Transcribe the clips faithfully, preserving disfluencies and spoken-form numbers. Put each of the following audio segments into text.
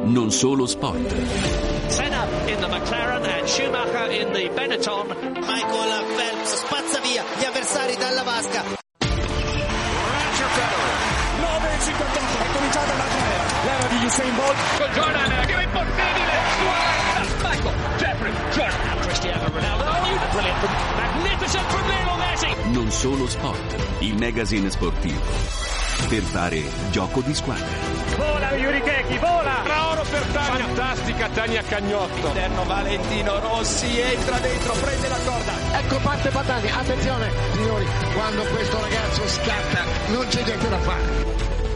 Non Solo Sport. Senna in the McLaren and Schumacher in the Benetton. Michael Phelps spazza via gli avversari dalla vasca. Roger Federer, nove e cinquantotto, è cominciata l'altra era, l'era di Usain Bolt. Con Jordan, che è impossibile, Michael, Jeffrey, Jordan, Cristiano Ronaldo, oh, brilliant, magnificent from Lionel Messi. Non Solo Sport, il magazine sportivo per fare gioco di squadra. Vola Yuri Keki, vola! Oro per Tania. Fantastica Tania Cagnotto. Interno Valentino Rossi, entra dentro, prende la corda. Ecco parte Patani, attenzione signori, quando questo ragazzo scatta non c'è niente da fare.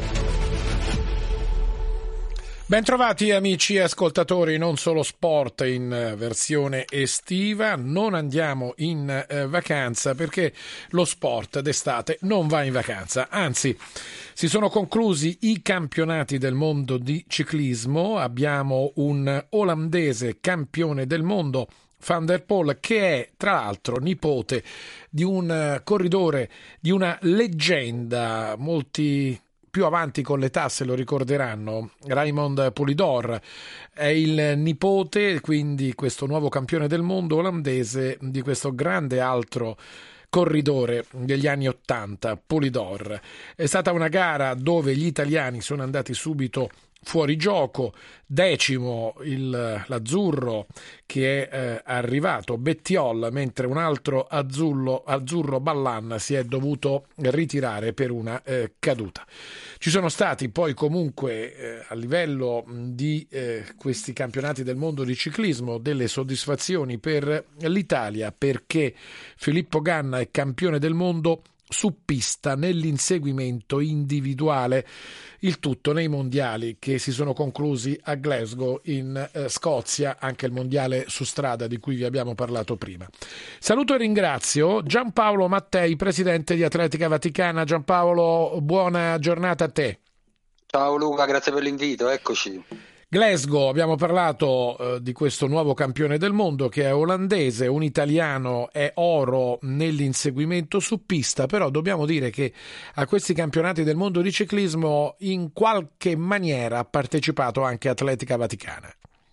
Bentrovati amici ascoltatori, Non Solo Sport in versione estiva. Non andiamo in eh, vacanza perché lo sport d'estate non va in vacanza, anzi si sono conclusi i campionati del mondo di ciclismo. Abbiamo un olandese campione del mondo, Van der Poel, che è tra l'altro nipote di un corridore, di una leggenda. Molti più avanti con l'età se lo ricorderanno, Raymond Poulidor è il nipote, quindi questo nuovo campione del mondo olandese, di questo grande altro corridore degli anni ottanta, Poulidor. È stata una gara dove gli italiani sono andati subito fuori gioco, decimo il, l'azzurro che è eh, arrivato, Bettiol, mentre un altro azzurro, azzurro Ballan si è dovuto ritirare per una eh, caduta. Ci sono stati poi comunque eh, a livello di eh, questi campionati del mondo di ciclismo delle soddisfazioni per l'Italia, perché Filippo Ganna è campione del mondo su pista nell'inseguimento individuale, il tutto nei mondiali che si sono conclusi a Glasgow in eh, Scozia, anche il mondiale su strada di cui vi abbiamo parlato prima. Saluto e ringrazio Giampaolo Mattei, presidente di Atletica Vaticana. Giampaolo, buona giornata a te. Ciao Luca, grazie per l'invito, eccoci. Glasgow, abbiamo parlato eh, di questo nuovo campione del mondo che è olandese, un italiano è oro nell'inseguimento su pista, però dobbiamo dire che a questi campionati del mondo di ciclismo in qualche maniera ha partecipato anche Atletica Vaticana.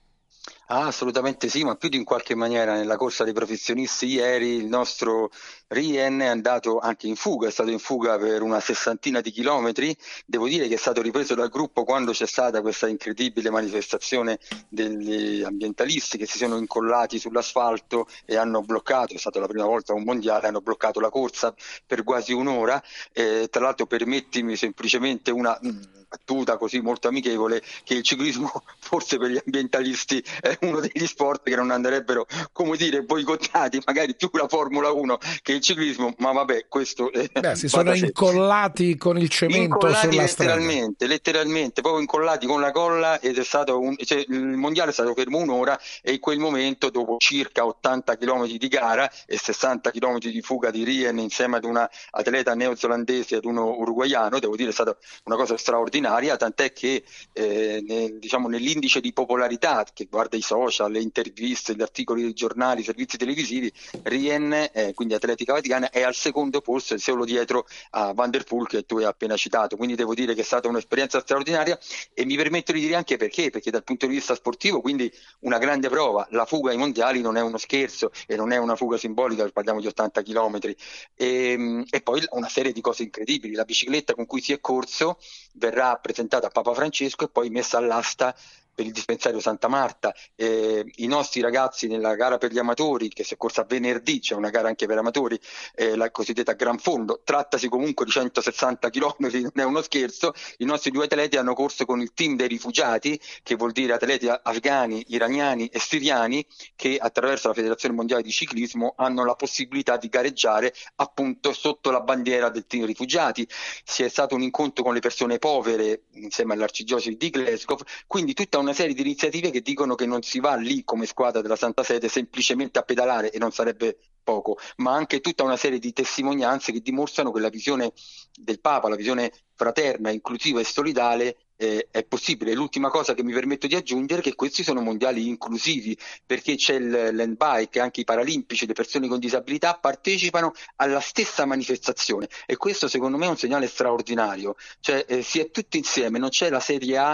Ah, assolutamente sì, ma più di in qualche maniera nella corsa dei professionisti ieri il nostro Rien è andato anche in fuga, è stato in fuga per una sessantina di chilometri. Devo dire che è stato ripreso dal gruppo quando c'è stata questa incredibile manifestazione degli ambientalisti che si sono incollati sull'asfalto e hanno bloccato, è stata la prima volta un mondiale, hanno bloccato la corsa per quasi un'ora. Eh, tra l'altro permettimi semplicemente una battuta così molto amichevole, che il ciclismo forse per gli ambientalisti è uno degli sport che non andrebbero, come dire, boicottati, magari più la Formula uno che il ciclismo, ma vabbè, questo eh, Beh, si sono incollati con il cemento incollati sulla letteralmente, strada. letteralmente, proprio incollati con la colla, ed è stato un, cioè, il mondiale è stato fermo un'ora e in quel momento, dopo circa ottanta chilometri di gara e sessanta chilometri di fuga di Rien insieme ad una atleta neozelandese e ad uno uruguaiano, devo dire è stata una cosa straordinaria, tant'è che eh, nel, diciamo, nell'indice di popolarità che guarda i social, le interviste, gli articoli dei giornali, i servizi televisivi, Rien, eh, quindi Atletica Vaticana, è al secondo posto, solo dietro a Van der Poel che tu hai appena citato. Quindi devo dire che è stata un'esperienza straordinaria e mi permetto di dire anche perché, perché dal punto di vista sportivo, quindi una grande prova. La fuga ai mondiali non è uno scherzo e non è una fuga simbolica, parliamo di ottanta chilometri, e, e poi una serie di cose incredibili. La bicicletta con cui si è corso verrà presentata a Papa Francesco e poi messa all'asta per il dispensario Santa Marta. Eh, i nostri ragazzi nella gara per gli amatori, che si è corsa venerdì, c'è una gara anche per amatori, eh, la cosiddetta Gran Fondo, trattasi comunque di centosessanta chilometri, non è uno scherzo. I nostri due atleti hanno corso con il team dei rifugiati, che vuol dire atleti afghani, iraniani e siriani, che attraverso la Federazione Mondiale di Ciclismo hanno la possibilità di gareggiare appunto sotto la bandiera del team rifugiati. Si è stato un incontro con le persone povere insieme all'arcidiocesi di Glasgow, quindi tutta una serie di iniziative che dicono che non si va lì come squadra della Santa Sede semplicemente a pedalare, e non sarebbe poco, ma anche tutta una serie di testimonianze che dimostrano che la visione del Papa, la visione fraterna, inclusiva e solidale eh, è possibile. L'ultima cosa che mi permetto di aggiungere è che questi sono mondiali inclusivi, perché c'è il land bike, anche i paralimpici, le persone con disabilità partecipano alla stessa manifestazione, e questo secondo me è un segnale straordinario. Cioè eh, si è tutti insieme, non c'è la serie A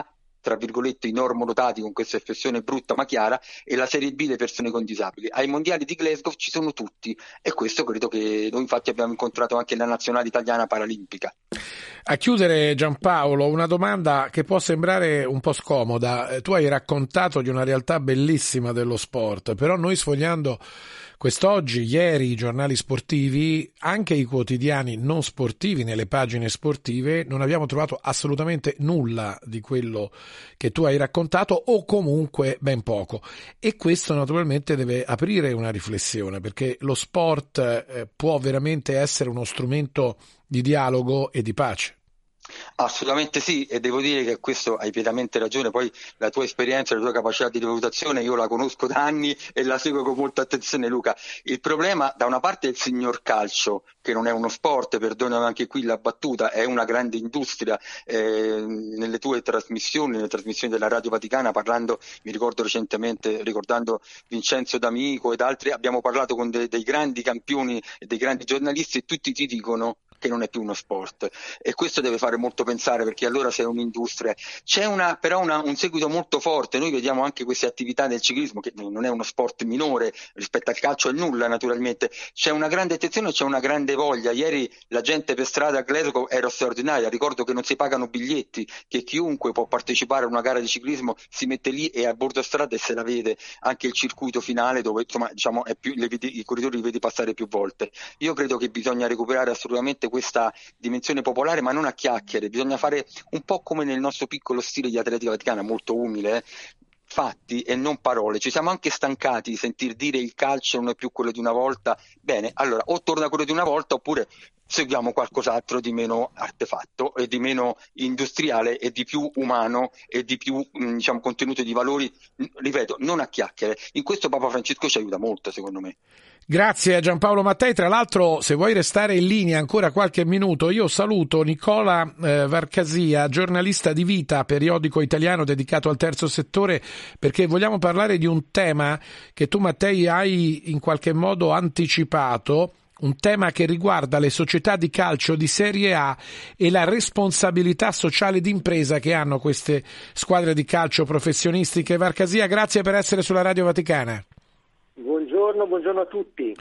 tra virgolette i normodotati, con questa espressione brutta ma chiara, e la Serie B le persone con disabili. Ai mondiali di Glasgow ci sono tutti, e questo credo che noi infatti abbiamo incontrato anche la nazionale italiana paralimpica. A chiudere, Giampaolo, una domanda che può sembrare un po' scomoda. Tu hai raccontato di una realtà bellissima dello sport, però noi sfogliando quest'oggi, ieri, i giornali sportivi, anche i quotidiani non sportivi nelle pagine sportive, non abbiamo trovato assolutamente nulla di quello che tu hai raccontato, o comunque ben poco. E questo naturalmente deve aprire una riflessione, perché lo sport eh, può veramente essere uno strumento di dialogo e di pace. Assolutamente sì, e devo dire che questo hai pienamente ragione. Poi la tua esperienza, la tua capacità di valutazione io la conosco da anni e la seguo con molta attenzione, Luca. Il problema da una parte è il signor calcio, che non è uno sport, perdonami anche qui la battuta, è una grande industria. Eh, nelle tue trasmissioni, nelle trasmissioni della Radio Vaticana, parlando, mi ricordo recentemente, ricordando Vincenzo D'Amico ed altri, abbiamo parlato con de- dei grandi campioni e dei grandi giornalisti, e tutti ti dicono che non è più uno sport, e questo deve fare molto pensare, perché allora se è un'industria. C'è una, però una, un seguito molto forte. Noi vediamo anche queste attività nel ciclismo, che non è uno sport minore rispetto al calcio, è nulla naturalmente. C'è una grande attenzione, c'è una grande voglia. Ieri la gente per strada a Glasgow era straordinaria, ricordo che non si pagano biglietti, che chiunque può partecipare a una gara di ciclismo si mette lì e a bordo strada e se la vede anche il circuito finale, dove insomma diciamo è più, le vedi, i corridori li vedi passare più volte. Io credo che bisogna recuperare assolutamente questa dimensione popolare, ma non a chiacchiere. Bisogna fare un po' come nel nostro piccolo stile di Atletica Vaticana, molto umile, eh? fatti e non parole. Ci siamo anche stancati di sentir dire il calcio non è più quello di una volta. Bene, allora o torna quello di una volta, oppure seguiamo qualcos'altro di meno artefatto e di meno industriale e di più umano e di più diciamo contenuto di valori, ripeto, non a chiacchiere. In questo Papa Francesco ci aiuta molto, secondo me. Grazie a Giampaolo Mattei. Tra l'altro, se vuoi restare in linea ancora qualche minuto, io saluto Nicola eh, Varcasia, giornalista di Vita, periodico italiano dedicato al terzo settore, perché vogliamo parlare di un tema che tu, Mattei, hai in qualche modo anticipato, un tema che riguarda le società di calcio di Serie A e la responsabilità sociale d'impresa che hanno queste squadre di calcio professionistiche. Varcasia, grazie per essere sulla Radio Vaticana. Buongiorno, buongiorno a tutti.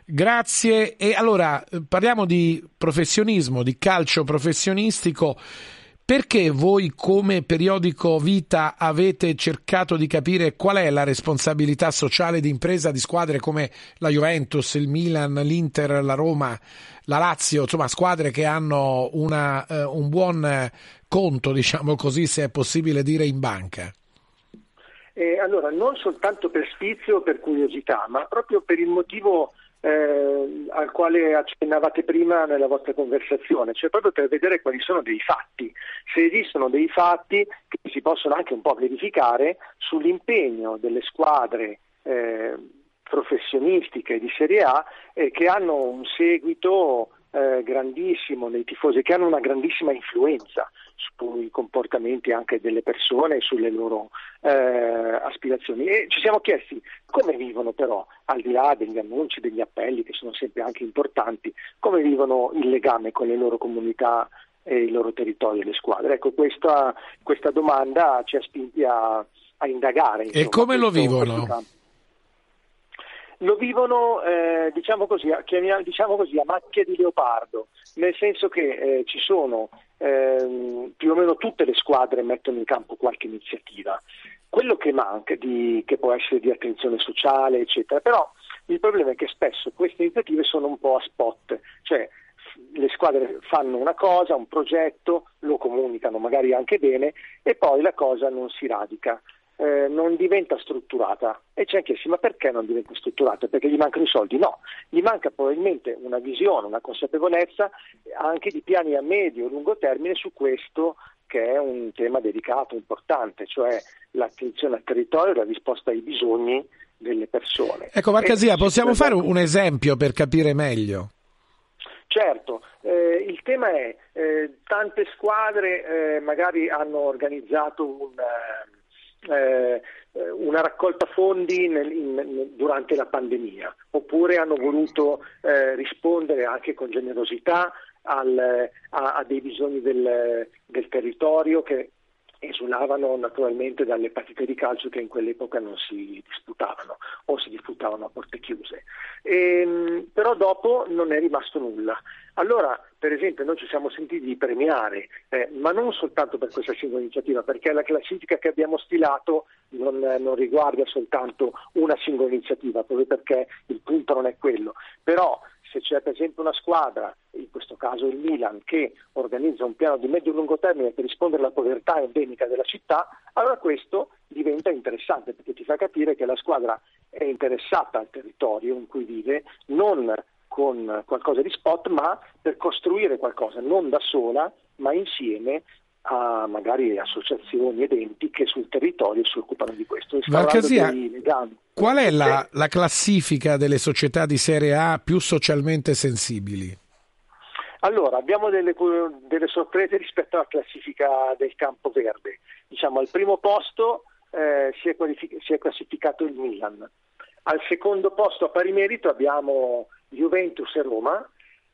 Grazie. E allora parliamo di professionismo, di calcio professionistico. Perché voi come periodico Vita avete cercato di capire qual è la responsabilità sociale di impresa di squadre come la Juventus, il Milan, l'Inter, la Roma, la Lazio, insomma squadre che hanno una, eh, un buon conto, diciamo così, se è possibile dire, in banca? Eh, allora, non soltanto per sfizio o per curiosità, ma proprio per il motivo eh, al quale accennavate prima nella vostra conversazione, cioè proprio per vedere quali sono dei fatti, se esistono dei fatti che si possono anche un po' verificare sull'impegno delle squadre eh, professionistiche di Serie A eh, che hanno un seguito eh, grandissimo nei tifosi, che hanno una grandissima influenza sui comportamenti anche delle persone e sulle loro eh, aspirazioni. E ci siamo chiesti come vivono però, al di là degli annunci, degli appelli che sono sempre anche importanti, come vivono il legame con le loro comunità e il loro territorio e le squadre. Ecco, questa, questa domanda ci ha spinti a, a indagare. Insomma, e come questo, lo vivono? Lo vivono, eh, diciamo così, a, diciamo così, a macchia di leopardo, nel senso che eh, ci sono eh, più o meno tutte le squadre mettono in campo qualche iniziativa. Quello che manca, di, che può essere di attenzione sociale, eccetera, però il problema è che spesso queste iniziative sono un po' a spot, cioè le squadre fanno una cosa, un progetto, lo comunicano magari anche bene e poi la cosa non si radica. Eh, non diventa strutturata, e c'è anche sì, ma perché non diventa strutturata? Perché gli mancano i soldi? No, gli manca probabilmente una visione, una consapevolezza anche di piani a medio e lungo termine su questo che è un tema delicato, importante, cioè l'attenzione al territorio e la risposta ai bisogni delle persone. Ecco, Varcasia, possiamo fare un esempio per capire meglio? Certo, eh, il tema è eh, tante squadre eh, magari hanno organizzato un Eh, una raccolta fondi nel, in, durante la pandemia, oppure hanno voluto eh, rispondere anche con generosità al, a, a dei bisogni del, del territorio che esulavano naturalmente dalle partite di calcio che in quell'epoca non si disputavano o si disputavano a porte chiuse. E, però dopo non è rimasto nulla. Allora, per esempio, noi ci siamo sentiti di premiare, eh, ma non soltanto per questa singola iniziativa, perché la classifica che abbiamo stilato non, non riguarda soltanto una singola iniziativa, proprio perché il punto non è quello. Però se c'è per esempio una squadra, in questo caso il Milan, che organizza un piano di medio-lungo termine per rispondere alla povertà endemica della città, allora questo diventa interessante, perché ti fa capire che la squadra è interessata al territorio in cui vive, non con qualcosa di spot, ma per costruire qualcosa, non da sola, ma insieme a magari associazioni ed enti che sul territorio si occupano di questo. Valcasia, qual è la, la classifica delle società di Serie A più socialmente sensibili? Allora, abbiamo delle, delle sorprese rispetto alla classifica del campo verde. Diciamo, al primo posto eh, si, è si è classificato il Milan. Al secondo posto a pari merito abbiamo Juventus e Roma,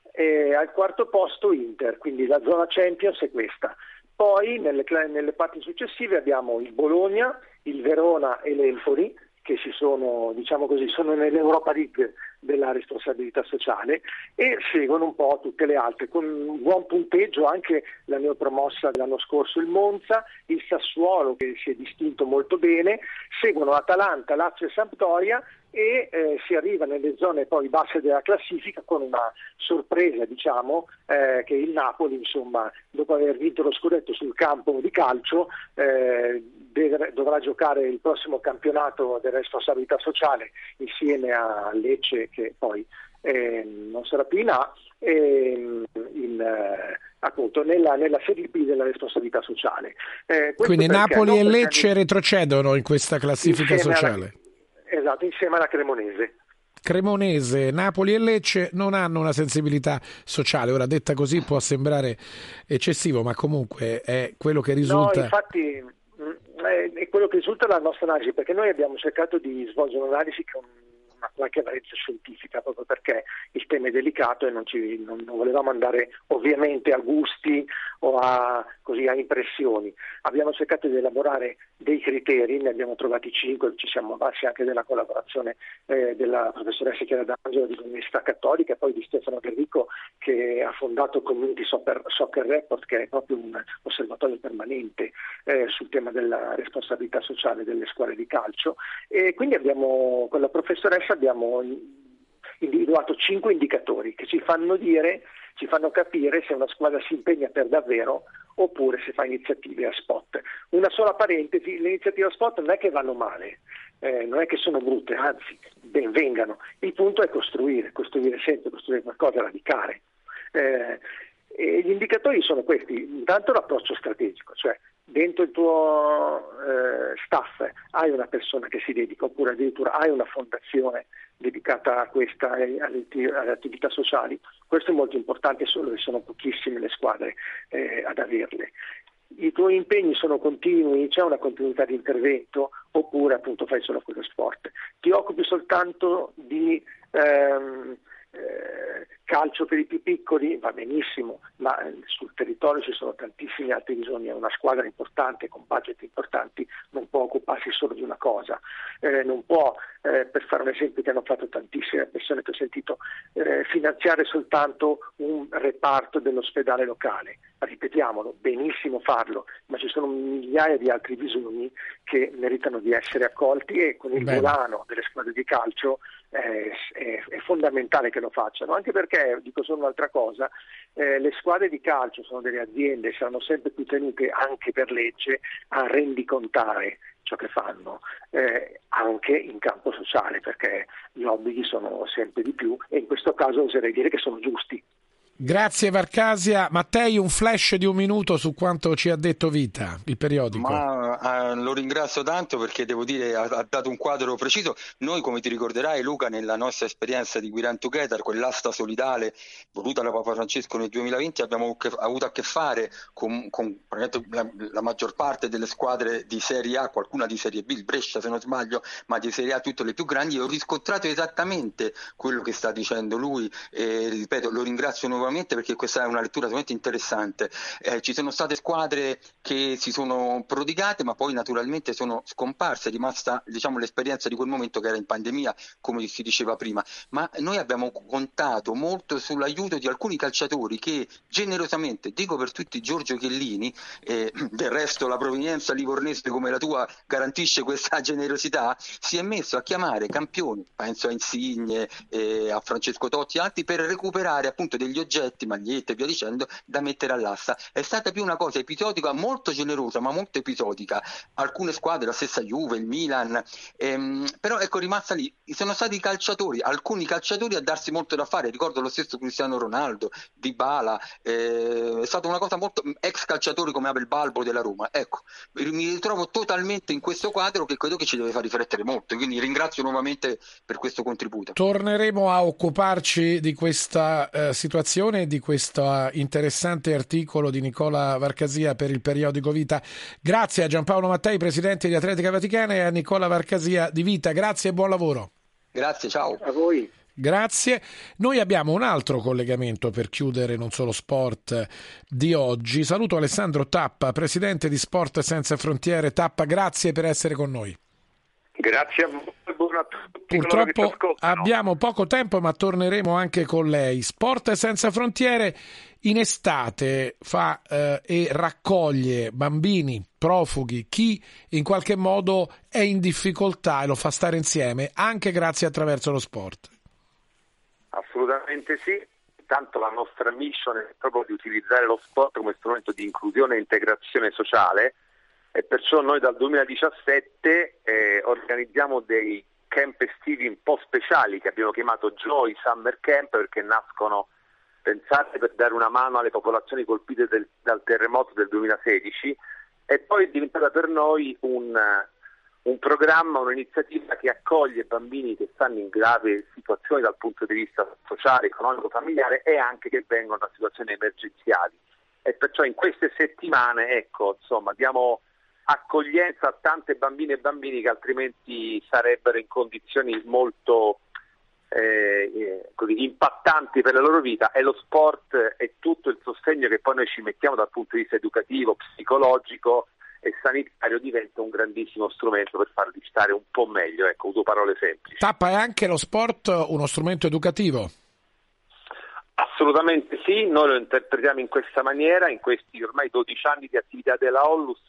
e al quarto posto Inter, quindi la zona Champions è questa. Poi nelle, nelle parti successive abbiamo il Bologna, il Verona e l'Empoli, che si sono, diciamo così, sono nell'Europa League della responsabilità sociale, e seguono un po' tutte le altre, con un buon punteggio anche la neopromossa dell'anno scorso il Monza, il Sassuolo che si è distinto molto bene, seguono Atalanta, Lazio e Sampdoria, e eh, si arriva nelle zone poi basse della classifica con una sorpresa, diciamo, eh, che il Napoli, insomma, dopo aver vinto lo scudetto sul campo di calcio, eh, deve, dovrà giocare il prossimo campionato della responsabilità sociale insieme a Lecce, che poi eh, non sarà più in A, eh, in, eh, appunto nella, nella Serie B della responsabilità sociale. Eh, Quindi Napoli e Lecce ne... retrocedono in questa classifica sociale. Alla... Esatto, insieme alla Cremonese. Cremonese, Napoli e Lecce non hanno una sensibilità sociale. Ora, detta così può sembrare eccessivo, ma comunque è quello che risulta. No, infatti è quello che risulta dalla nostra analisi, perché noi abbiamo cercato di svolgere un'analisi con una qualche valenza scientifica, proprio perché il tema è delicato e non, ci, non, non volevamo andare ovviamente a gusti o a, così, a impressioni. Abbiamo cercato di elaborare dei criteri, ne abbiamo trovati cinque, ci siamo avvalsi anche della collaborazione eh, della professoressa Chiara D'Angelo dell'Università Cattolica e poi di Stefano Enrico, che ha fondato Community Soccer, Soccer Report, che è proprio un osservatorio permanente eh, sul tema della responsabilità sociale delle squadre di calcio, e quindi abbiamo, con la professoressa abbiamo individuato cinque indicatori che ci fanno dire, ci fanno capire se una squadra si impegna per davvero oppure se fa iniziative a spot. Una sola parentesi: le iniziative a spot non è che vanno male, eh, non è che sono brutte, anzi ben vengano. Il punto è costruire, costruire sempre, costruire qualcosa, radicare. Eh, e gli indicatori sono questi: intanto l'approccio strategico, cioè dentro il tuo eh, staff hai una persona che si dedica, oppure addirittura hai una fondazione dedicata a questa, alle, alle attività sociali. Questo è molto importante, solo che sono pochissime le squadre eh, ad averle. I tuoi impegni sono continui, c'è una continuità di intervento, oppure appunto fai solo quello sport. Ti occupi soltanto di ehm, eh, calcio per i più piccoli, va benissimo, ma sul territorio ci sono tantissimi altri bisogni. Una squadra importante con budget importanti non può occuparsi solo di una cosa, eh, non può, eh, per fare un esempio che hanno fatto tantissime persone che ho sentito, eh, finanziare soltanto un reparto dell'ospedale locale. Ripetiamolo, benissimo farlo, ma ci sono migliaia di altri bisogni che meritano di essere accolti, e con il Bene. volano delle squadre di calcio eh, è, è fondamentale che lo facciano, anche perché, dico solo un'altra cosa, eh, le squadre di calcio sono delle aziende, saranno sempre più tenute, anche per legge, a rendicontare ciò che fanno, eh, anche in campo sociale, perché gli obblighi sono sempre di più, e in questo caso oserei dire che sono giusti. Grazie Varcasia. Mattei, un flash di un minuto su quanto ci ha detto Vita, il periodico. Ma eh, lo ringrazio tanto, perché devo dire ha, ha dato un quadro preciso. Noi, come ti ricorderai Luca, nella nostra esperienza di We Run Together, quell'asta solidale voluta da Papa Francesco nel duemilaventi, abbiamo che, avuto a che fare con, con la, la maggior parte delle squadre di Serie A, qualcuna di Serie B, il Brescia se non sbaglio, ma di Serie A tutte le più grandi, e ho riscontrato esattamente quello che sta dicendo lui, e ripeto, lo ringrazio nuovamente nuovamente perché questa è una lettura veramente interessante. Eh, ci sono state squadre che si sono prodigate, ma poi naturalmente sono scomparse, è rimasta, diciamo, l'esperienza di quel momento che era in pandemia, come si diceva prima. Ma noi abbiamo contato molto sull'aiuto di alcuni calciatori che generosamente, dico per tutti Giorgio Chiellini, eh, del resto la provenienza livornese come la tua garantisce questa generosità, si è messo a chiamare campioni, penso a Insigne, eh, a Francesco Totti e altri, per recuperare appunto degli oggetti, magliette e via dicendo, da mettere all'asta. È stata più una cosa episodica, molto generosa ma molto episodica. Alcune squadre, la stessa Juve, il Milan, ehm, però ecco, rimasta lì. Sono stati i calciatori, alcuni calciatori a darsi molto da fare, ricordo lo stesso Cristiano Ronaldo, Dybala, eh, è stata una cosa molto, ex calciatori come Abel Balbo della Roma. Ecco, mi ritrovo totalmente in questo quadro che credo che ci deve far riflettere molto, quindi ringrazio nuovamente per questo contributo. Torneremo a occuparci di questa eh, situazione, di questo uh, interessante articolo di Nicola Varcasia per il periodico Vita. Grazie a Giampaolo Mattei, presidente di Atletica Vaticana, e a Nicola Varcasia di Vita. Grazie e buon lavoro. Grazie, ciao. A voi. Grazie. Noi abbiamo un altro collegamento per chiudere Non Solo Sport di oggi. Saluto Alessandro Tappa, presidente di Sport Senza Frontiere. Tappa, grazie per essere con noi. Grazie a voi, buona a tutti. Purtroppo abbiamo poco tempo, ma torneremo anche con lei. Sport Senza Frontiere in estate fa eh, e raccoglie bambini, profughi, chi in qualche modo è in difficoltà e lo fa stare insieme, anche grazie attraverso lo sport. Assolutamente sì. Intanto la nostra mission è proprio di utilizzare lo sport come strumento di inclusione e integrazione sociale, e perciò noi dal duemiladiciassette eh, organizziamo dei camp estivi un po' speciali che abbiamo chiamato Joy Summer Camp, perché nascono pensate per dare una mano alle popolazioni colpite del, dal terremoto del duemilasedici, e poi è diventata per noi un, un programma, un'iniziativa che accoglie bambini che stanno in grave situazione dal punto di vista sociale, economico, familiare, e anche che vengono da situazioni emergenziali. E perciò in queste settimane, ecco, insomma, diamo accoglienza a tante bambine e bambini che altrimenti sarebbero in condizioni molto eh, così impattanti per la loro vita, e lo sport e tutto il sostegno che poi noi ci mettiamo dal punto di vista educativo, psicologico e sanitario diventa un grandissimo strumento per farli stare un po' meglio. Ecco, uso parole semplici. Tappa, è anche lo sport uno strumento educativo? Assolutamente sì, noi lo interpretiamo in questa maniera. In questi ormai dodici anni di attività della Onlus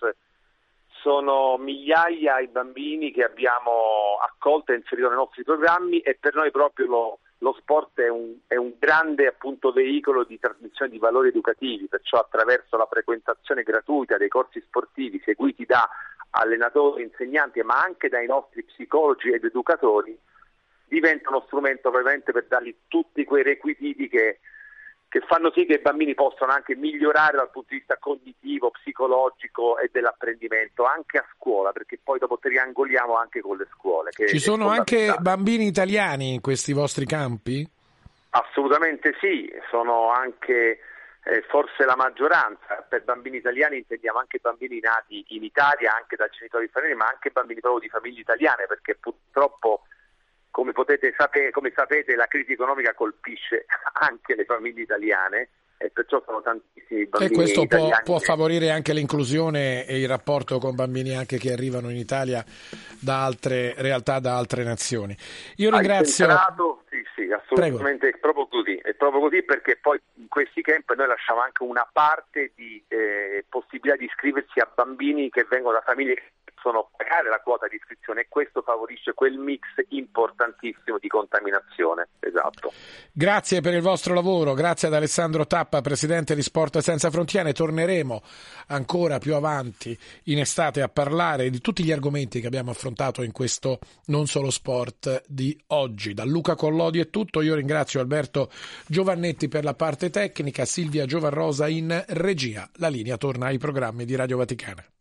sono migliaia i bambini che abbiamo accolto e inserito nei nostri programmi, e per noi proprio lo, lo sport è un, è un grande appunto veicolo di trasmissione di valori educativi, perciò attraverso la frequentazione gratuita dei corsi sportivi seguiti da allenatori, insegnanti, ma anche dai nostri psicologi ed educatori, diventa uno strumento veramente per dargli tutti quei requisiti che che fanno sì che i bambini possano anche migliorare dal punto di vista cognitivo, psicologico e dell'apprendimento anche a scuola, perché poi dopo triangoliamo anche con le scuole. Che Ci sono anche bambini italiani in questi vostri campi? Assolutamente sì, sono anche eh, forse la maggioranza. Per bambini italiani intendiamo anche bambini nati in Italia, anche da genitori stranieri, ma anche bambini proprio di famiglie italiane, perché purtroppo Come potete sapere, come sapete, la crisi economica colpisce anche le famiglie italiane, e perciò sono tantissimi bambini. E questo può, italiani può che... favorire anche l'inclusione e il rapporto con bambini anche che arrivano in Italia da altre realtà, da altre nazioni. Io ringrazio. Sì, sì, assolutamente. Prego. È proprio così, è proprio così, perché poi in questi camp noi lasciamo anche una parte di eh, possibilità di iscriversi a bambini che vengono da famiglie che possono pagare la quota di iscrizione, e questo favorisce quel mix importantissimo di contaminazione. Esatto. Grazie per il vostro lavoro, grazie ad Alessandro Tappa, presidente di Sport Senza Frontiere. Torneremo ancora più avanti in estate a parlare di tutti gli argomenti che abbiamo affrontato in questo Non Solo Sport di oggi. Da Luca Collodi è tutto, io ringrazio Alberto Giovannetti per la parte tecnica, Silvia Giovanrosa in regia. La linea torna ai programmi di Radio Vaticana.